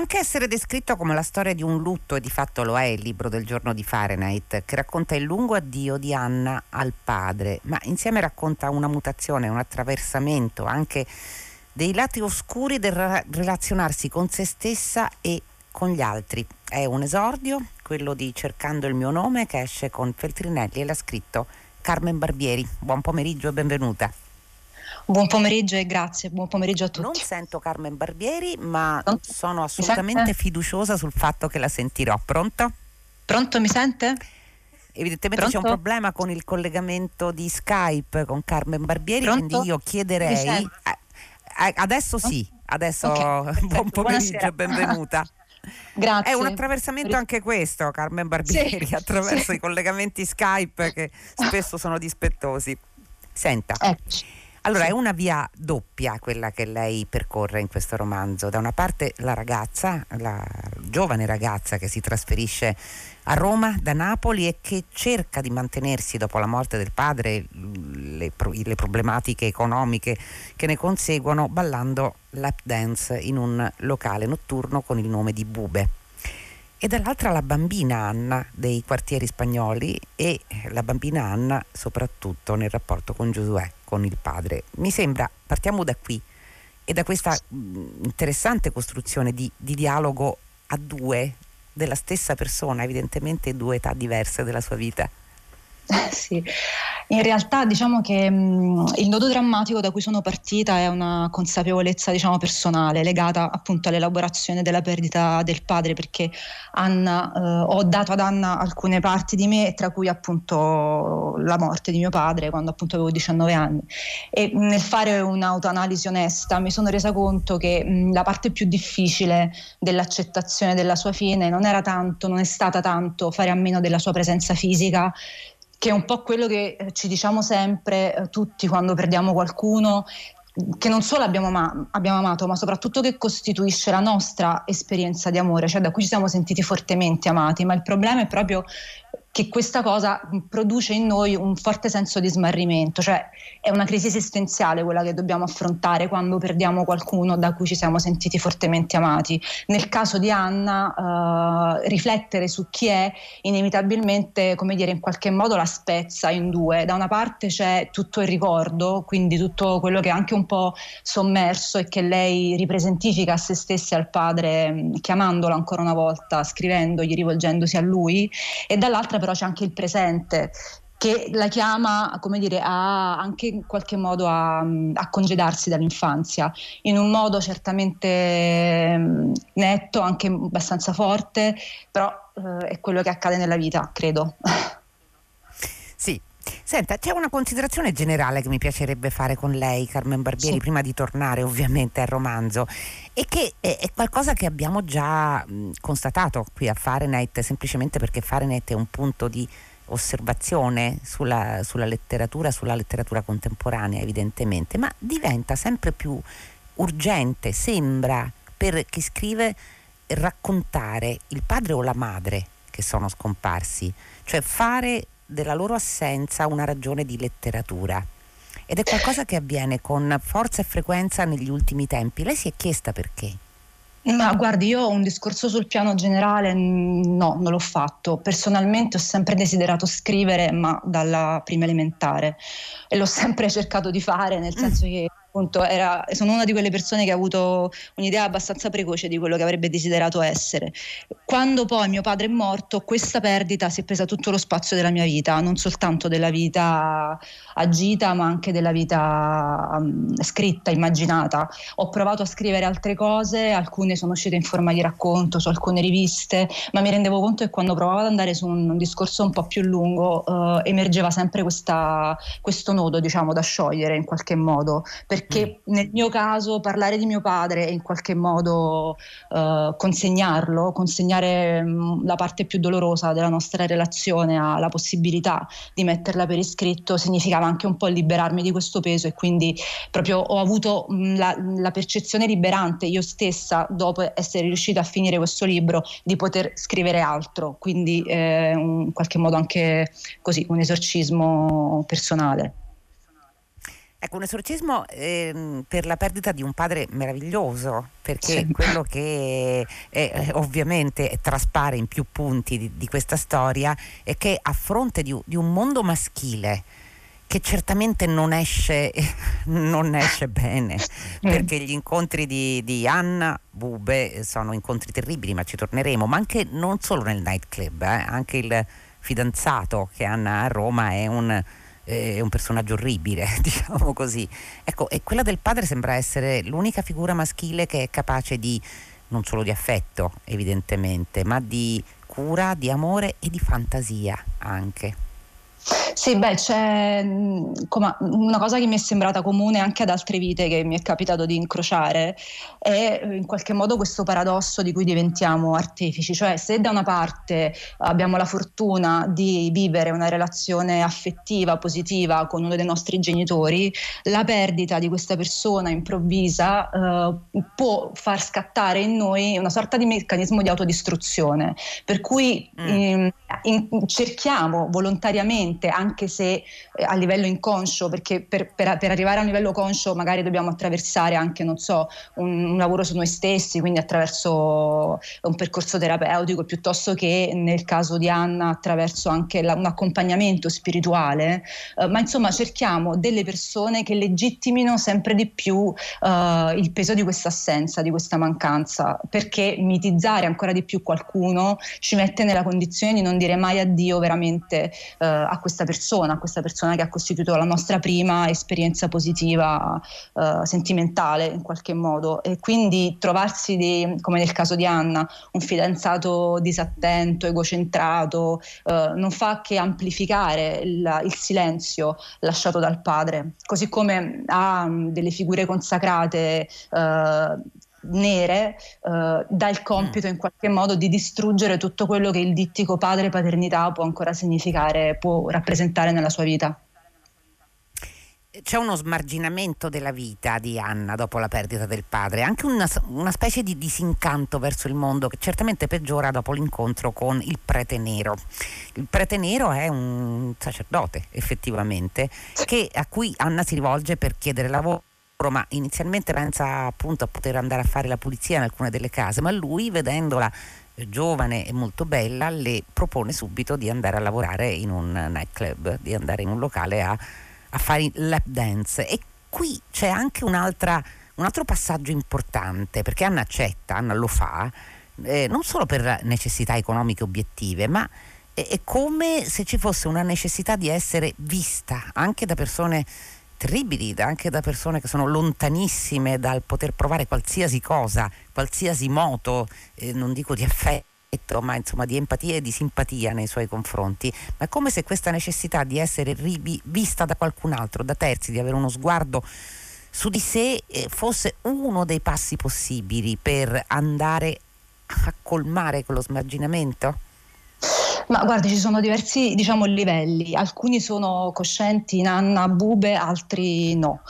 anche essere descritto come la storia di un lutto, e di fatto lo è il libro del giorno di Fahrenheit, che racconta il lungo addio di Anna al padre, ma insieme racconta una mutazione, un attraversamento, anche dei lati oscuri del relazionarsi con se stessa e con gli altri. È un esordio, quello di Cercando il mio nome, che esce con Feltrinelli e l'ha scritto Carmen Barbieri. Buon pomeriggio e benvenuta. Buon pomeriggio e grazie, buon pomeriggio a tutti. Non sento Carmen Barbieri, ma Pronto? sono assolutamente fiduciosa sul fatto che la sentirò. Pronto? Pronto, mi sente? Evidentemente Pronto? c'è un problema con il collegamento di Skype con Carmen Barbieri, Pronto? quindi io chiederei... adesso sì, adesso Okay, buon pomeriggio e benvenuta. Grazie. È un attraversamento anche questo, Carmen Barbieri, sì, attraverso sì. i collegamenti Skype che spesso sono dispettosi. Senta, Eccoci. allora Sì. è una via doppia quella che lei percorre in questo romanzo. Da una parte la ragazza, la giovane ragazza che si trasferisce a Roma da Napoli e che cerca di mantenersi dopo la morte del padre, le problematiche economiche che ne conseguono, ballando lap dance in un locale notturno con il nome di Bube. E dall'altra la bambina Anna dei quartieri spagnoli e la bambina Anna soprattutto nel rapporto con Giosuè, con il padre. Mi sembra, partiamo da qui e da questa interessante costruzione di dialogo a due della stessa persona, evidentemente due età diverse della sua vita. Sì, in realtà diciamo che il nodo drammatico da cui sono partita è una consapevolezza, diciamo, personale, legata appunto all'elaborazione della perdita del padre, perché ho dato ad Anna alcune parti di me, tra cui appunto la morte di mio padre quando appunto avevo 19 anni, e nel fare un'autoanalisi onesta mi sono resa conto che la parte più difficile dell'accettazione della sua fine non è stata tanto fare a meno della sua presenza fisica, che è un po' quello che ci diciamo sempre tutti quando perdiamo qualcuno che non solo abbiamo amato, ma soprattutto che costituisce la nostra esperienza di amore, cioè da cui ci siamo sentiti fortemente amati. Ma il problema è proprio che questa cosa produce in noi un forte senso di smarrimento, cioè è una crisi esistenziale quella che dobbiamo affrontare quando perdiamo qualcuno da cui ci siamo sentiti fortemente amati. Nel caso di Anna, riflettere su chi è inevitabilmente, come dire, in qualche modo la spezza in due. Da una parte c'è tutto il ricordo, quindi tutto quello che è anche un po' sommerso e che lei ripresentifica a se stessa e al padre, chiamandolo ancora una volta, scrivendogli, rivolgendosi a lui, e dall'altra però c'è anche il presente che la chiama, come dire, anche in qualche modo a congedarsi dall'infanzia, in un modo certamente netto, anche abbastanza forte, però è quello che accade nella vita, credo. Sì. Senta, c'è una considerazione generale che mi piacerebbe fare con lei, Carmen Barbieri, Sì. prima di tornare ovviamente al romanzo, e che è qualcosa che abbiamo già constatato qui a Fahrenheit, semplicemente perché Fahrenheit è un punto di osservazione sulla letteratura contemporanea, evidentemente, ma diventa sempre più urgente, sembra, per chi scrive, raccontare il padre o la madre che sono scomparsi, cioè fare della loro assenza una ragione di letteratura, ed è qualcosa che avviene con forza e frequenza negli ultimi tempi. Lei si è chiesta perché? Ma guardi, io ho un discorso sul piano generale, no, non l'ho fatto. Personalmente ho sempre desiderato scrivere, ma dalla prima elementare, e l'ho sempre cercato di fare, nel senso che appunto sono una di quelle persone che ha avuto un'idea abbastanza precoce di quello che avrebbe desiderato essere. Quando poi mio padre è morto, questa perdita si è presa tutto lo spazio della mia vita, non soltanto della vita agita, ma anche della vita scritta, immaginata. Ho provato a scrivere altre cose, alcune sono uscite in forma di racconto su alcune riviste, ma mi rendevo conto che quando provavo ad andare su un discorso un po' più lungo emergeva sempre questo nodo, diciamo, da sciogliere in qualche modo, perché nel mio caso parlare di mio padre e in qualche modo consegnare la parte più dolorosa della nostra relazione alla possibilità di metterla per iscritto significava anche un po' liberarmi di questo peso, e quindi proprio ho avuto la percezione liberante io stessa, dopo essere riuscita a finire questo libro, di poter scrivere altro, quindi in qualche modo anche così un esorcismo personale. Ecco, un esorcismo per la perdita di un padre meraviglioso, perché Sì. quello che ovviamente traspare in più punti di questa storia è che a fronte di un mondo maschile che certamente non esce bene, Mm. perché gli incontri di Anna Bube sono incontri terribili, ma ci torneremo, ma anche non solo nel nightclub, anche il fidanzato che Anna ha a Roma è un personaggio orribile, diciamo così. Ecco, e quella del padre sembra essere l'unica figura maschile che è capace di non solo di affetto, evidentemente, ma di cura, di amore e di fantasia anche. Sì, beh, c'è una cosa che mi è sembrata comune anche ad altre vite che mi è capitato di incrociare, è in qualche modo questo paradosso di cui diventiamo artefici, cioè se da una parte abbiamo la fortuna di vivere una relazione affettiva, positiva con uno dei nostri genitori, la perdita di questa persona improvvisa può far scattare in noi una sorta di meccanismo di autodistruzione, per cui cerchiamo volontariamente, anche se a livello inconscio, perché per arrivare a un livello conscio magari dobbiamo attraversare anche, non so, un lavoro su noi stessi, quindi attraverso un percorso terapeutico, piuttosto che nel caso di Anna attraverso anche un accompagnamento spirituale, ma insomma cerchiamo delle persone che legittimino sempre di più il peso di questa assenza, di questa mancanza, perché mitizzare ancora di più qualcuno ci mette nella condizione di non dire mai addio veramente a questa persona che ha costituito la nostra prima esperienza positiva sentimentale in qualche modo, e quindi trovarsi come nel caso di Anna, un fidanzato disattento, egocentrato, non fa che amplificare il silenzio lasciato dal padre, così come ha delle figure consacrate nere, dà il compito in qualche modo di distruggere tutto quello che il dittico padre-paternità può ancora significare, può rappresentare nella sua vita. C'è uno smarginamento della vita di Anna dopo la perdita del padre, anche una specie di disincanto verso il mondo che certamente peggiora dopo l'incontro con il prete nero. Il prete nero è un sacerdote, effettivamente, a cui Anna si rivolge per chiedere lavoro, ma inizialmente pensa appunto a poter andare a fare la pulizia in alcune delle case, ma lui, vedendola giovane e molto bella, le propone subito di andare a lavorare in un nightclub, di andare in un locale a fare lap dance. E qui c'è anche un altro passaggio importante, perché Anna accetta, Anna lo fa, non solo per necessità economiche obiettive, ma è come se ci fosse una necessità di essere vista anche da persone terribili, anche da persone che sono lontanissime dal poter provare qualsiasi cosa, qualsiasi moto, non dico di affetto, ma insomma di empatia e di simpatia nei suoi confronti, ma è come se questa necessità di essere vista da qualcun altro, da terzi, di avere uno sguardo su di sé, fosse uno dei passi possibili per andare a colmare quello smarginamento. Ma guardi, ci sono diversi, diciamo, livelli. Alcuni sono coscienti in Anna Bube, altri no.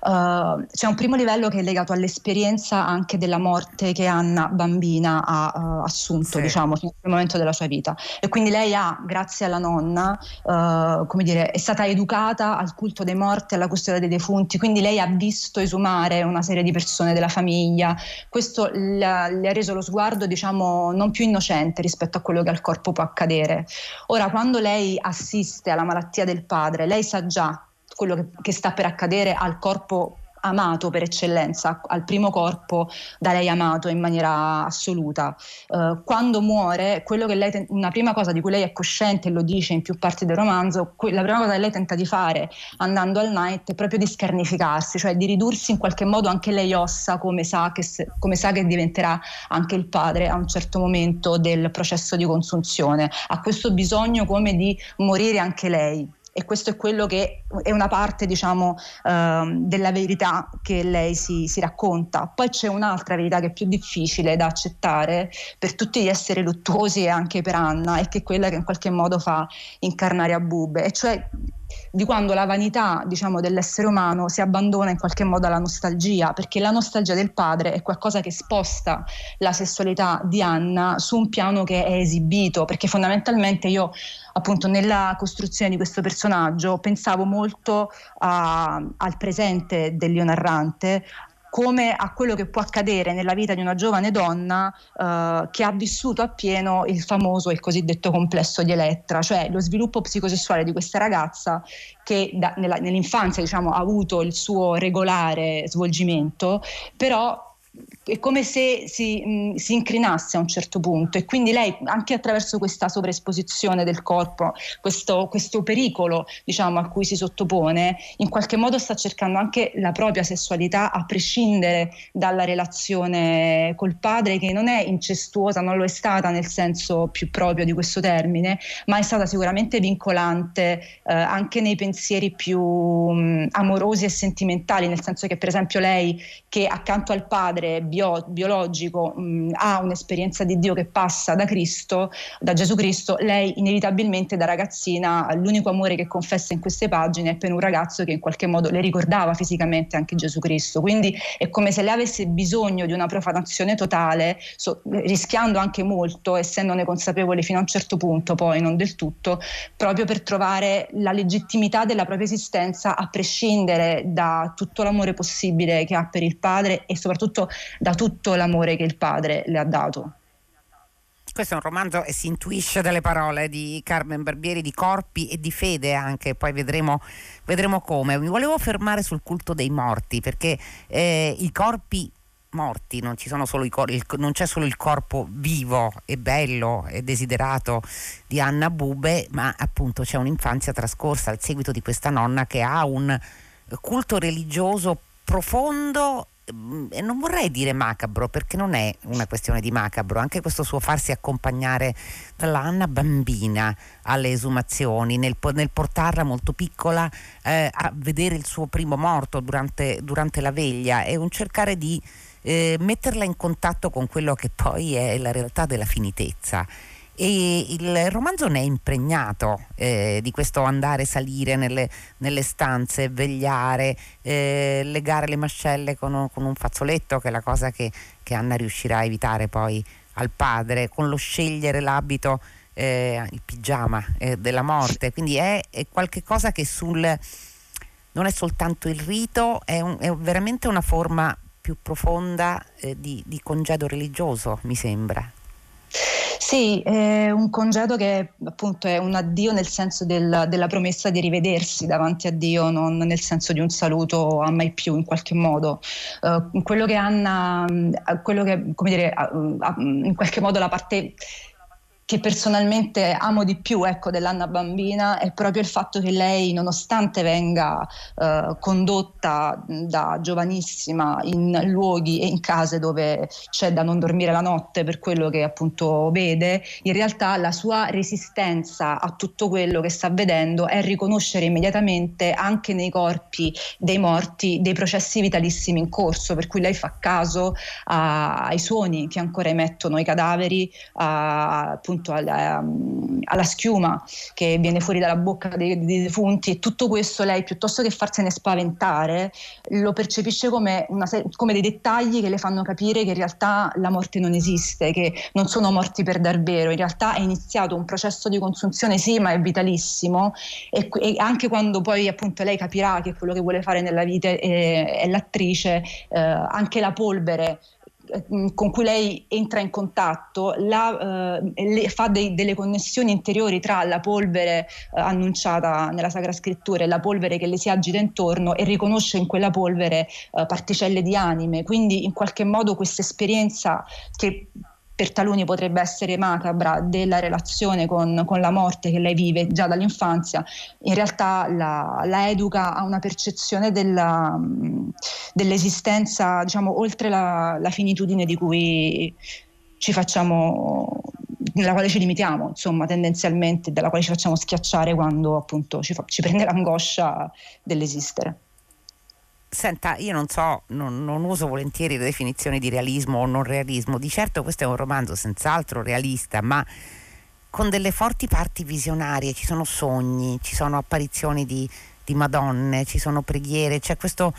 C'è un primo livello che è legato all'esperienza anche della morte che Anna bambina ha assunto, Sì. diciamo, nel momento della sua vita. E quindi lei ha, grazie alla nonna, come dire, è stata educata al culto dei morti, alla custodia dei defunti, quindi lei ha visto esumare una serie di persone della famiglia. Questo le ha reso lo sguardo, diciamo, non più innocente rispetto a quello che al corpo può accadere. Ora, quando lei assiste alla malattia del padre, lei sa già quello che sta per accadere al corpo amato per eccellenza, al primo corpo da lei amato in maniera assoluta. Quando muore, quello che lei una prima cosa di cui lei è cosciente e lo dice in più parti del romanzo, la prima cosa che lei tenta di fare andando al night è proprio di scarnificarsi, cioè di ridursi in qualche modo anche lei ossa, come sa che diventerà anche il padre a un certo momento del processo di consunzione. Ha questo bisogno come di morire anche lei. E questo è quello che è una parte, diciamo, della verità che lei si racconta. Poi c'è un'altra verità che è più difficile da accettare per tutti gli esseri luttuosi e anche per Anna, e che è quella che in qualche modo fa incarnare a Bube, e cioè di quando la vanità, diciamo, dell'essere umano si abbandona in qualche modo alla nostalgia, perché la nostalgia del padre è qualcosa che sposta la sessualità di Anna su un piano che è esibito, perché fondamentalmente io appunto nella costruzione di questo personaggio pensavo molto al presente del Leo narrante, come a quello che può accadere nella vita di una giovane donna che ha vissuto appieno il famoso, il cosiddetto complesso di Elettra, cioè lo sviluppo psicosessuale di questa ragazza che nell'infanzia, diciamo, ha avuto il suo regolare svolgimento, però è come se si incrinasse a un certo punto, e quindi lei, anche attraverso questa sovraesposizione del corpo, questo pericolo, diciamo, a cui si sottopone, in qualche modo sta cercando anche la propria sessualità, a prescindere dalla relazione col padre, che non è incestuosa, non lo è stata nel senso più proprio di questo termine, ma è stata sicuramente vincolante anche nei pensieri più amorosi e sentimentali, nel senso che per esempio lei, che accanto al padre biologico ha un'esperienza di Dio che passa da Cristo, da Gesù Cristo, lei inevitabilmente da ragazzina l'unico amore che confessa in queste pagine è per un ragazzo che in qualche modo le ricordava fisicamente anche Gesù Cristo, quindi è come se lei avesse bisogno di una profanazione totale, rischiando anche molto, essendone consapevole fino a un certo punto, poi non del tutto, proprio per trovare la legittimità della propria esistenza a prescindere da tutto l'amore possibile che ha per il padre e soprattutto da tutto l'amore che il padre le ha dato. Questo è un romanzo, e si intuisce dalle parole di Carmen Barbieri, di corpi e di fede anche, poi vedremo come. Mi volevo fermare sul culto dei morti, perché i corpi morti, non ci sono solo non c'è solo il corpo vivo e bello e desiderato di Anna Bube, ma appunto c'è un'infanzia trascorsa al seguito di questa nonna che ha un culto religioso profondo, e non vorrei dire macabro, perché non è una questione di macabro, anche questo suo farsi accompagnare dalla Anna bambina alle esumazioni, nel portarla molto piccola a vedere il suo primo morto durante la veglia, e un cercare di metterla in contatto con quello che poi è la realtà della finitezza. E il romanzo ne è impregnato di questo andare, salire nelle stanze, vegliare, legare le mascelle con un fazzoletto, che è la cosa che Anna riuscirà a evitare poi al padre, con lo scegliere l'abito, il pigiama della morte. Quindi è qualche cosa che non è soltanto il rito, è veramente una forma più profonda di congedo religioso, mi sembra. Sì, è un congedo che appunto è un addio nel senso della promessa di rivedersi davanti a Dio, non nel senso di un saluto a mai più in qualche modo. Quello che Anna, quello che, come dire, in qualche modo la parte che personalmente amo di più, ecco, dell'Anna bambina, è proprio il fatto che lei, nonostante venga condotta da giovanissima in luoghi e in case dove c'è da non dormire la notte per quello che appunto vede, in realtà la sua resistenza a tutto quello che sta vedendo è riconoscere immediatamente anche nei corpi dei morti dei processi vitalissimi in corso, per cui lei fa caso ai suoni che ancora emettono i cadaveri, appunto alla schiuma che viene fuori dalla bocca dei defunti, e tutto questo lei, piuttosto che farsene spaventare, lo percepisce come dei dettagli che le fanno capire che in realtà la morte non esiste, che non sono morti per davvero, in realtà è iniziato un processo di consunzione, sì, ma è vitalissimo, e anche quando poi appunto lei capirà che quello che vuole fare nella vita è l'attrice, anche la polvere con cui lei entra in contatto fa delle connessioni interiori tra la polvere annunciata nella Sacra Scrittura e la polvere che le si agita intorno, e riconosce in quella polvere particelle di anime. Quindi in qualche modo questa esperienza, che per taluni potrebbe essere macabra, della relazione con la morte che lei vive già dall'infanzia, in realtà la educa a una percezione dell'esistenza, diciamo, oltre la finitudine di cui ci facciamo, nella quale ci limitiamo, insomma, tendenzialmente, dalla quale ci facciamo schiacciare quando appunto ci prende l'angoscia dell'esistere. Senta, io non so, non uso volentieri le definizioni di realismo o non realismo. Di certo questo è un romanzo senz'altro realista, ma con delle forti parti visionarie, ci sono sogni, ci sono apparizioni di Madonne, ci sono preghiere, c'è questo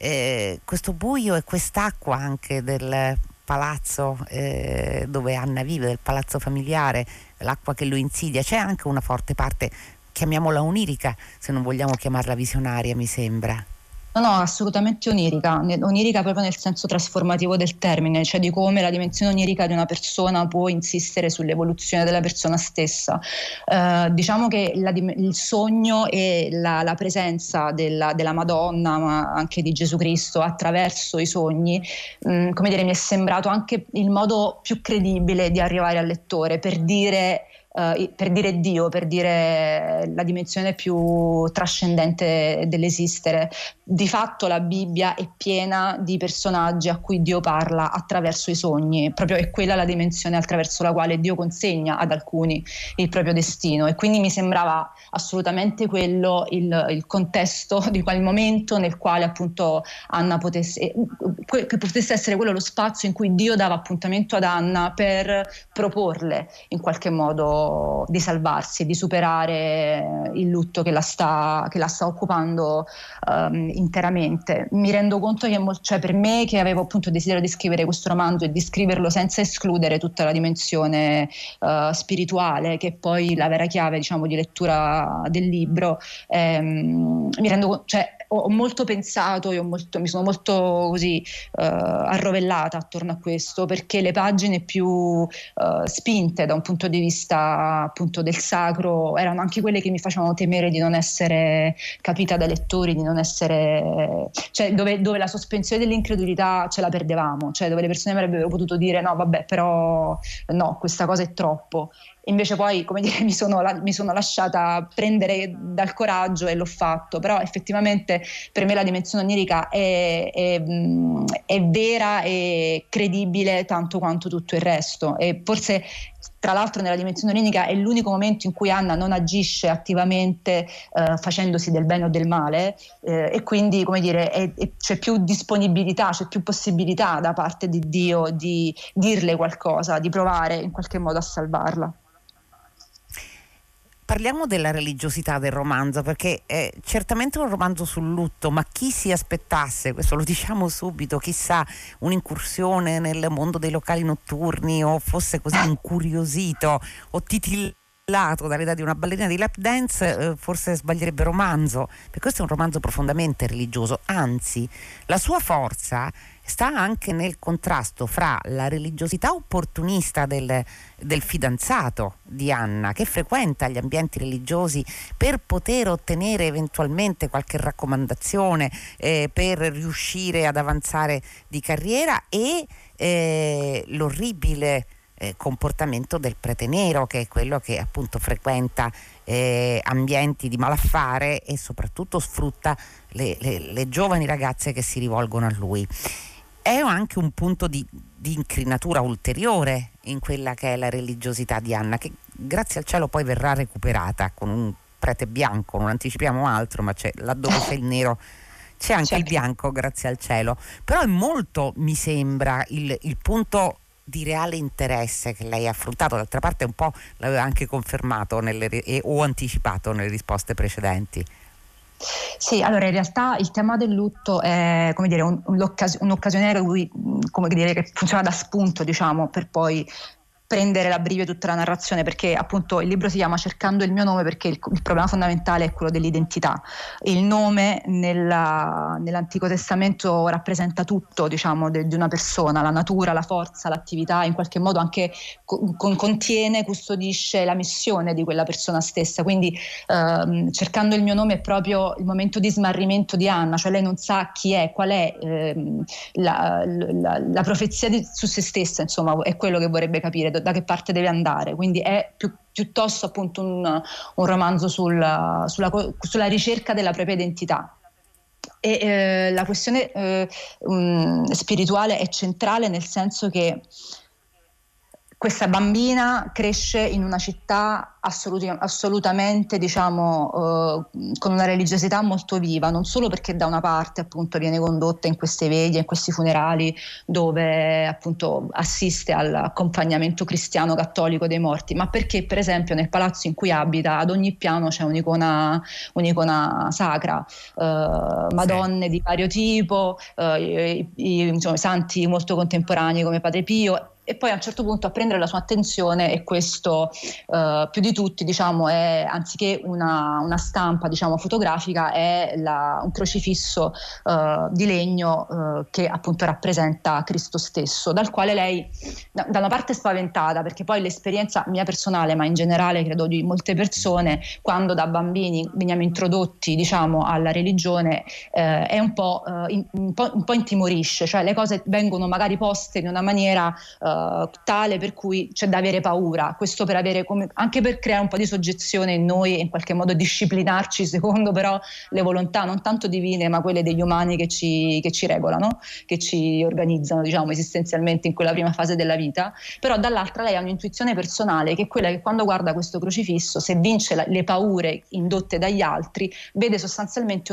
buio e quest'acqua anche del palazzo dove Anna vive, del palazzo familiare, l'acqua che lo insidia. C'è anche una forte parte, chiamiamola onirica, se non vogliamo chiamarla visionaria, mi sembra. No, assolutamente onirica proprio nel senso trasformativo del termine, cioè di come la dimensione onirica di una persona può insistere sull'evoluzione della persona stessa. Diciamo che il sogno e la presenza della Madonna, ma anche di Gesù Cristo attraverso i sogni, come dire, mi è sembrato anche il modo più credibile di arrivare al lettore per dire Dio, per dire la dimensione più trascendente dell'esistere. Di fatto la Bibbia è piena di personaggi a cui Dio parla attraverso i sogni, proprio è quella la dimensione attraverso la quale Dio consegna ad alcuni il proprio destino, e quindi mi sembrava assolutamente quello il contesto, il momento nel quale appunto Anna potesse essere quello lo spazio in cui Dio dava appuntamento ad Anna per proporle in qualche modo di salvarsi e di superare il lutto che la sta occupando interamente. Mi rendo conto che cioè per me, che avevo appunto il desiderio di scrivere questo romanzo e di scriverlo senza escludere tutta la dimensione spirituale, che è poi la vera chiave, diciamo, di lettura del libro, mi rendo conto, cioè ho molto pensato e mi sono molto così arrovellata attorno a questo, perché le pagine più spinte da un punto di vista appunto del sacro erano anche quelle che mi facevano temere di non essere capita dai lettori, di non essere, cioè dove la sospensione dell'incredulità ce la perdevamo, cioè dove le persone avrebbero potuto dire no vabbè, però no, questa cosa è troppo. Invece poi, come dire, mi sono lasciata prendere dal coraggio e l'ho fatto, però effettivamente per me la dimensione onirica è vera e credibile tanto quanto tutto il resto, e forse tra l'altro nella dimensione onirica è l'unico momento in cui Anna non agisce attivamente facendosi del bene o del male, e quindi, come dire, c'è più disponibilità, c'è più possibilità da parte di Dio di dirle qualcosa, di provare in qualche modo a salvarla. Parliamo della religiosità del romanzo, perché è certamente un romanzo sul lutto, ma chi si aspettasse, questo lo diciamo subito, chissà, un'incursione nel mondo dei locali notturni, o fosse così incuriosito o titillato dall'età di una ballerina di lap dance, forse sbaglierebbe romanzo, perché questo è un romanzo profondamente religioso, anzi la sua forza sta anche nel contrasto fra la religiosità opportunista del fidanzato di Anna, che frequenta gli ambienti religiosi per poter ottenere eventualmente qualche raccomandazione, per riuscire ad avanzare di carriera, e l'orribile comportamento del prete nero, che è quello che appunto frequenta ambienti di malaffare e soprattutto sfrutta le giovani ragazze che si rivolgono a lui. È anche un punto di incrinatura ulteriore in quella che è la religiosità di Anna, che grazie al cielo poi verrà recuperata con un prete bianco, non anticipiamo altro, ma laddove c'è il nero c'è anche il bianco, grazie al cielo. Però è molto, mi sembra, il punto di reale interesse che lei ha affrontato. D'altra parte un po' l'aveva anche confermato o anticipato nelle risposte precedenti. Sì, allora in realtà il tema del lutto è, come dire, un'occasione come dire, che funziona da spunto, diciamo, per poi prendere la brivia tutta la narrazione, perché appunto il libro si chiama Cercando il mio nome perché il problema fondamentale è quello dell'identità. Il nome nell'Antico Testamento rappresenta tutto, diciamo, di una persona, la natura, la forza, l'attività, in qualche modo anche contiene, custodisce la missione di quella persona stessa. Quindi Cercando il mio nome è proprio il momento di smarrimento di Anna, cioè lei non sa chi è, qual è la profezia su se stessa, insomma, è quello che vorrebbe capire, da che parte deve andare. Quindi è piuttosto appunto un romanzo sulla ricerca della propria identità. E la questione spirituale è centrale, nel senso che questa bambina cresce in una città assolutamente, diciamo, con una religiosità molto viva, non solo perché da una parte appunto viene condotta in queste veglie, in questi funerali dove appunto assiste all'accompagnamento cristiano cattolico dei morti, ma perché per esempio nel palazzo in cui abita ad ogni piano c'è un'icona sacra, madonne di vario tipo, insomma, santi molto contemporanei come Padre Pio. E poi a un certo punto a prendere la sua attenzione, e questo più di tutti, diciamo, è, anziché una stampa, diciamo, fotografica, è un crocifisso di legno che appunto rappresenta Cristo stesso, dal quale lei da una parte è spaventata, perché poi l'esperienza mia personale, ma in generale credo di molte persone, quando da bambini veniamo introdotti, diciamo, alla religione, è un po' intimorisce, cioè le cose vengono magari poste in una maniera tale per cui c'è da avere paura, questo per avere anche per creare un po' di soggezione in noi e in qualche modo disciplinarci secondo però le volontà non tanto divine ma quelle degli umani che ci regolano, che ci organizzano, diciamo, esistenzialmente in quella prima fase della vita. Però dall'altra lei ha un'intuizione personale che è quella che quando guarda questo crocifisso, se vince le paure indotte dagli altri, vede sostanzialmente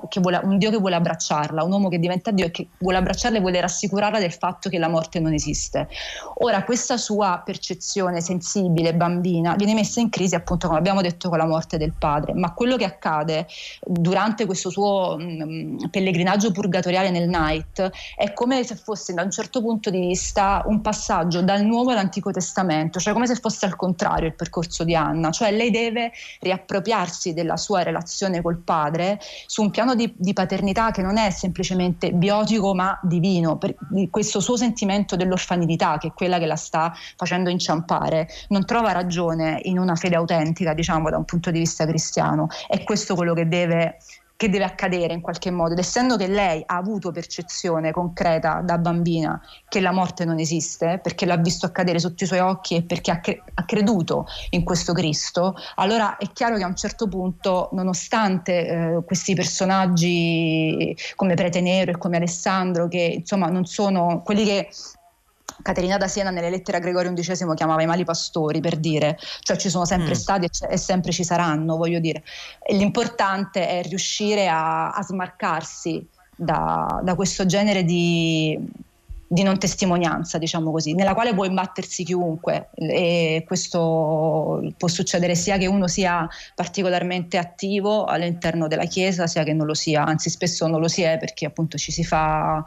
un Dio che vuole abbracciarla, un uomo che diventa Dio e che vuole abbracciarla e vuole rassicurarla del fatto che la morte non esiste. Ora questa sua percezione sensibile, bambina, viene messa in crisi appunto, come abbiamo detto, con la morte del padre, ma quello che accade durante questo suo pellegrinaggio purgatoriale nel Night è come se fosse da un certo punto di vista un passaggio dal Nuovo all'Antico Testamento, cioè come se fosse al contrario il percorso di Anna, cioè lei deve riappropriarsi della sua relazione col padre su un piano di paternità che non è semplicemente biotico ma divino, per questo suo sentimento dell'orfanità, che è quella che la sta facendo inciampare, non trova ragione in una fede autentica, diciamo, da un punto di vista cristiano. È questo quello che deve accadere in qualche modo, ed essendo che lei ha avuto percezione concreta da bambina che la morte non esiste, perché l'ha visto accadere sotto i suoi occhi e perché ha creduto in questo Cristo, allora è chiaro che a un certo punto, nonostante questi personaggi come Prete Nero e come Alessandro, che insomma non sono quelli che Caterina da Siena nelle lettere a Gregorio XI chiamava i mali pastori, per dire, cioè ci sono sempre stati e sempre ci saranno, voglio dire. E l'importante è riuscire a smarcarsi da questo genere di non testimonianza, diciamo così, nella quale può imbattersi chiunque, e questo può succedere sia che uno sia particolarmente attivo all'interno della Chiesa, sia che non lo sia, anzi spesso non lo si è perché appunto ci si fa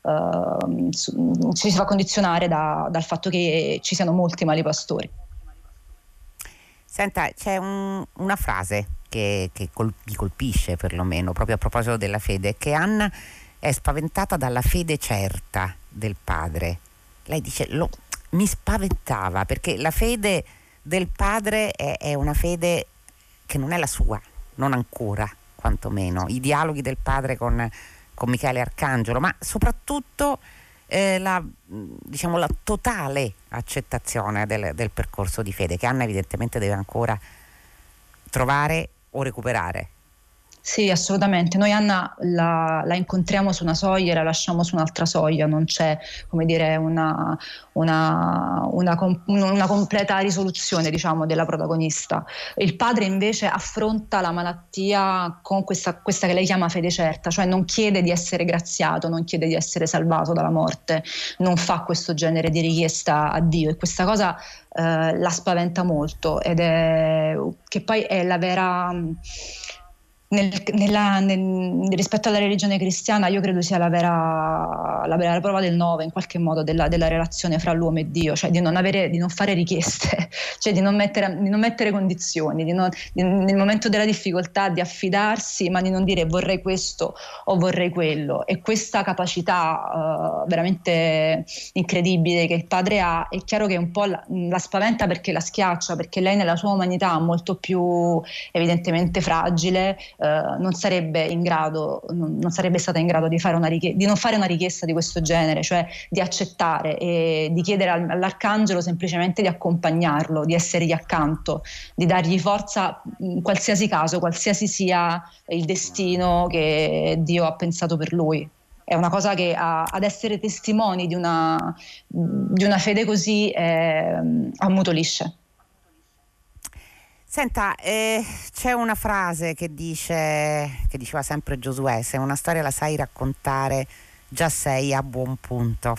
condizionare dal fatto che ci siano molti mali pastori. Senta, c'è una frase che mi colpisce perlomeno, proprio a proposito della fede, che Anna è spaventata dalla fede certa del padre. Lei dice, mi spaventava perché la fede del padre è una fede che non è la sua, non ancora, quantomeno. I dialoghi del padre con Michele Arcangelo, ma soprattutto la totale accettazione del percorso di fede che Anna evidentemente deve ancora trovare o recuperare. Sì, assolutamente. Noi Anna la incontriamo su una soglia e la lasciamo su un'altra soglia, non c'è, come dire, una completa risoluzione, diciamo, della protagonista. Il padre invece affronta la malattia con questa che lei chiama fede certa, cioè non chiede di essere graziato, non chiede di essere salvato dalla morte, non fa questo genere di richiesta a Dio, e questa cosa la spaventa molto, che poi è la vera... rispetto alla religione cristiana, io credo sia la vera prova del 9 in qualche modo della relazione fra l'uomo e Dio, cioè di non fare richieste, cioè di non mettere condizioni, nel momento della difficoltà di affidarsi, ma di non dire vorrei questo o vorrei quello. E questa capacità veramente incredibile che il padre ha, è chiaro che un po' la spaventa perché la schiaccia, perché lei nella sua umanità molto più evidentemente fragile non sarebbe stata in grado di non fare una richiesta di questo genere, cioè di accettare e di chiedere all'arcangelo semplicemente di accompagnarlo, di essergli accanto, di dargli forza in qualsiasi caso, qualsiasi sia il destino che Dio ha pensato per lui. è una cosa che ad essere testimoni di una fede così ammutolisce. Senta, c'è una frase che diceva sempre Giosuè: se una storia la sai raccontare, già sei a buon punto.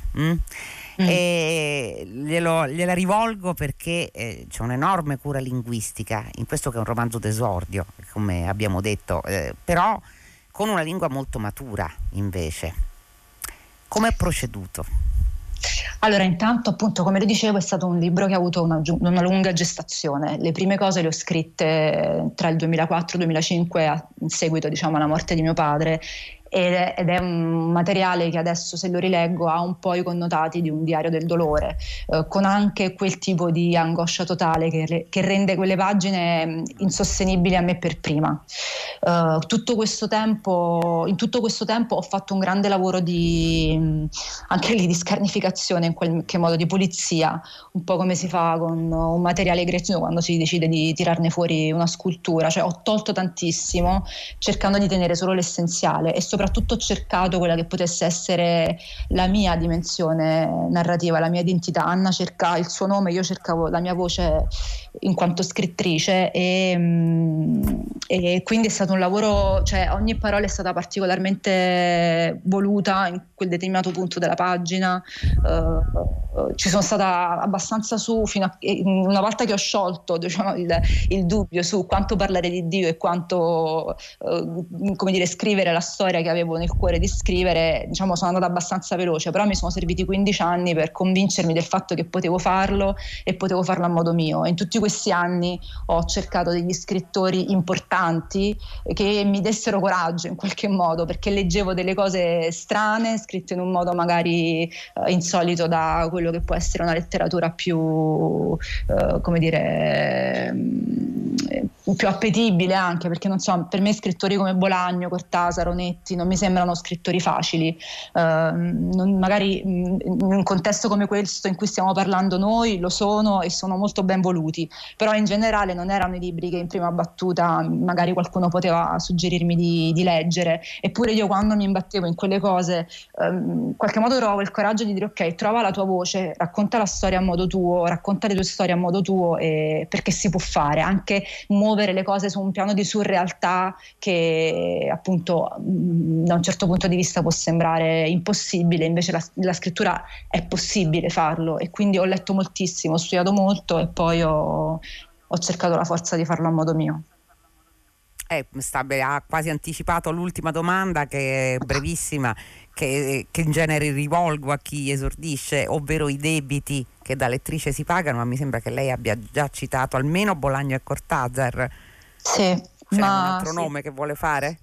E gliela rivolgo perché c'è un'enorme cura linguistica in questo, che è un romanzo d'esordio, come abbiamo detto, però con una lingua molto matura invece. Come è proceduto? Allora, intanto, appunto, come le dicevo, è stato un libro che ha avuto una lunga gestazione. Le prime cose le ho scritte tra il 2004 e il 2005, in seguito, diciamo, alla morte di mio padre, ed è un materiale che adesso, se lo rileggo, ha un po' i connotati di un diario del dolore, con anche quel tipo di angoscia totale che rende quelle pagine insostenibili a me per prima. In tutto questo tempo ho fatto un grande lavoro anche lì di scarnificazione, in qualche modo di pulizia, un po' come si fa con un materiale grezzo quando si decide di tirarne fuori una scultura. Cioè, ho tolto tantissimo, cercando di tenere solo l'essenziale, e soprattutto ho cercato quella che potesse essere la mia dimensione narrativa, la mia identità. Anna cerca il suo nome, io cercavo la mia voce in quanto scrittrice, e quindi è stato un lavoro, cioè ogni parola è stata particolarmente voluta in quel determinato punto della pagina. Ci sono stata abbastanza su fino a una volta che ho sciolto, diciamo, il dubbio su quanto parlare di Dio e quanto come dire, scrivere la storia che avevo nel cuore di scrivere. Diciamo, sono andata abbastanza veloce, però mi sono serviti 15 anni per convincermi del fatto che potevo farlo e potevo farlo a modo mio. E in tutti questi anni ho cercato degli scrittori importanti che mi dessero coraggio in qualche modo, perché leggevo delle cose strane scritte in un modo magari insolito da quello che può essere una letteratura più come dire, più appetibile, anche perché, non so, per me scrittori come Bolagno, Cortázar, Onetti non mi sembrano scrittori facili. Magari in un contesto come questo in cui stiamo parlando noi lo sono, e sono molto ben voluti, però in generale non erano i libri che in prima battuta magari qualcuno poteva suggerirmi di leggere. Eppure io, quando mi imbattevo in quelle cose, in qualche modo trovavo il coraggio di dire: ok, trova la tua voce, racconta la storia a modo tuo, racconta le tue storie a modo tuo, perché si può fare anche muovere le cose su un piano di surrealtà che, appunto, da un certo punto di vista può sembrare impossibile. Invece la scrittura è possibile farlo, e quindi ho letto moltissimo, ho studiato molto, e poi ho cercato la forza di farlo a modo mio. Ha quasi anticipato l'ultima domanda, che è brevissima, che in genere rivolgo a chi esordisce, ovvero i debiti che da lettrice si pagano, ma mi sembra che lei abbia già citato almeno Bolagno e Cortázar. Sì, c'è un altro nome che vuole fare?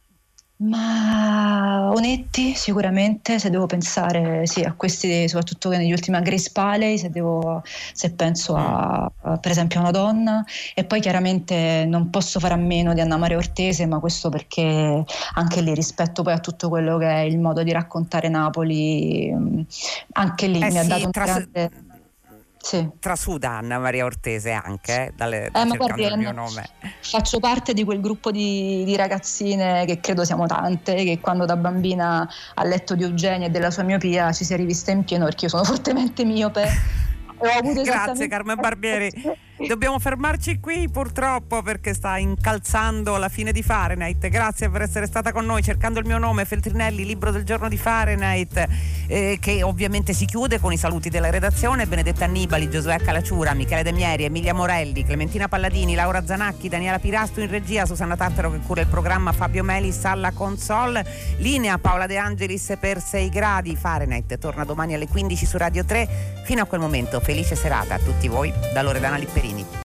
Ma Onetti sicuramente, se devo pensare, sì, a questi, soprattutto negli ultimi, a Grace Paley, se penso per esempio a una donna. E poi chiaramente non posso fare a meno di Anna Maria Ortese, ma questo perché anche lì, rispetto poi a tutto quello che è il modo di raccontare Napoli, anche lì mi ha dato un grande... Sì. Trasuda Anna Maria Ortese anche, cercando il mio nome. Faccio parte di quel gruppo di ragazzine, che credo siamo tante, che quando da bambina ha letto di Eugenia e della sua miopia ci si è rivista in pieno, perché io sono fortemente miope. Grazie Carmen Barbieri. Dobbiamo fermarci qui, purtroppo, perché sta incalzando la fine di Fahrenheit. Grazie per essere stata con noi. Cercando il mio nome, Feltrinelli, libro del giorno di Fahrenheit, che ovviamente si chiude con i saluti della redazione: Benedetta Annibali, Giosuè Calacciura, Michele De Mieri, Emilia Morelli, Clementina Palladini, Laura Zanacchi, Daniela Pirasto in regia, Susanna Tattaro che cura il programma, Fabio Melis alla console, linea Paola De Angelis per 6 gradi. Fahrenheit torna domani alle 15 su Radio 3. Fino a quel momento, felice serata a tutti voi da Loredana Lipperini.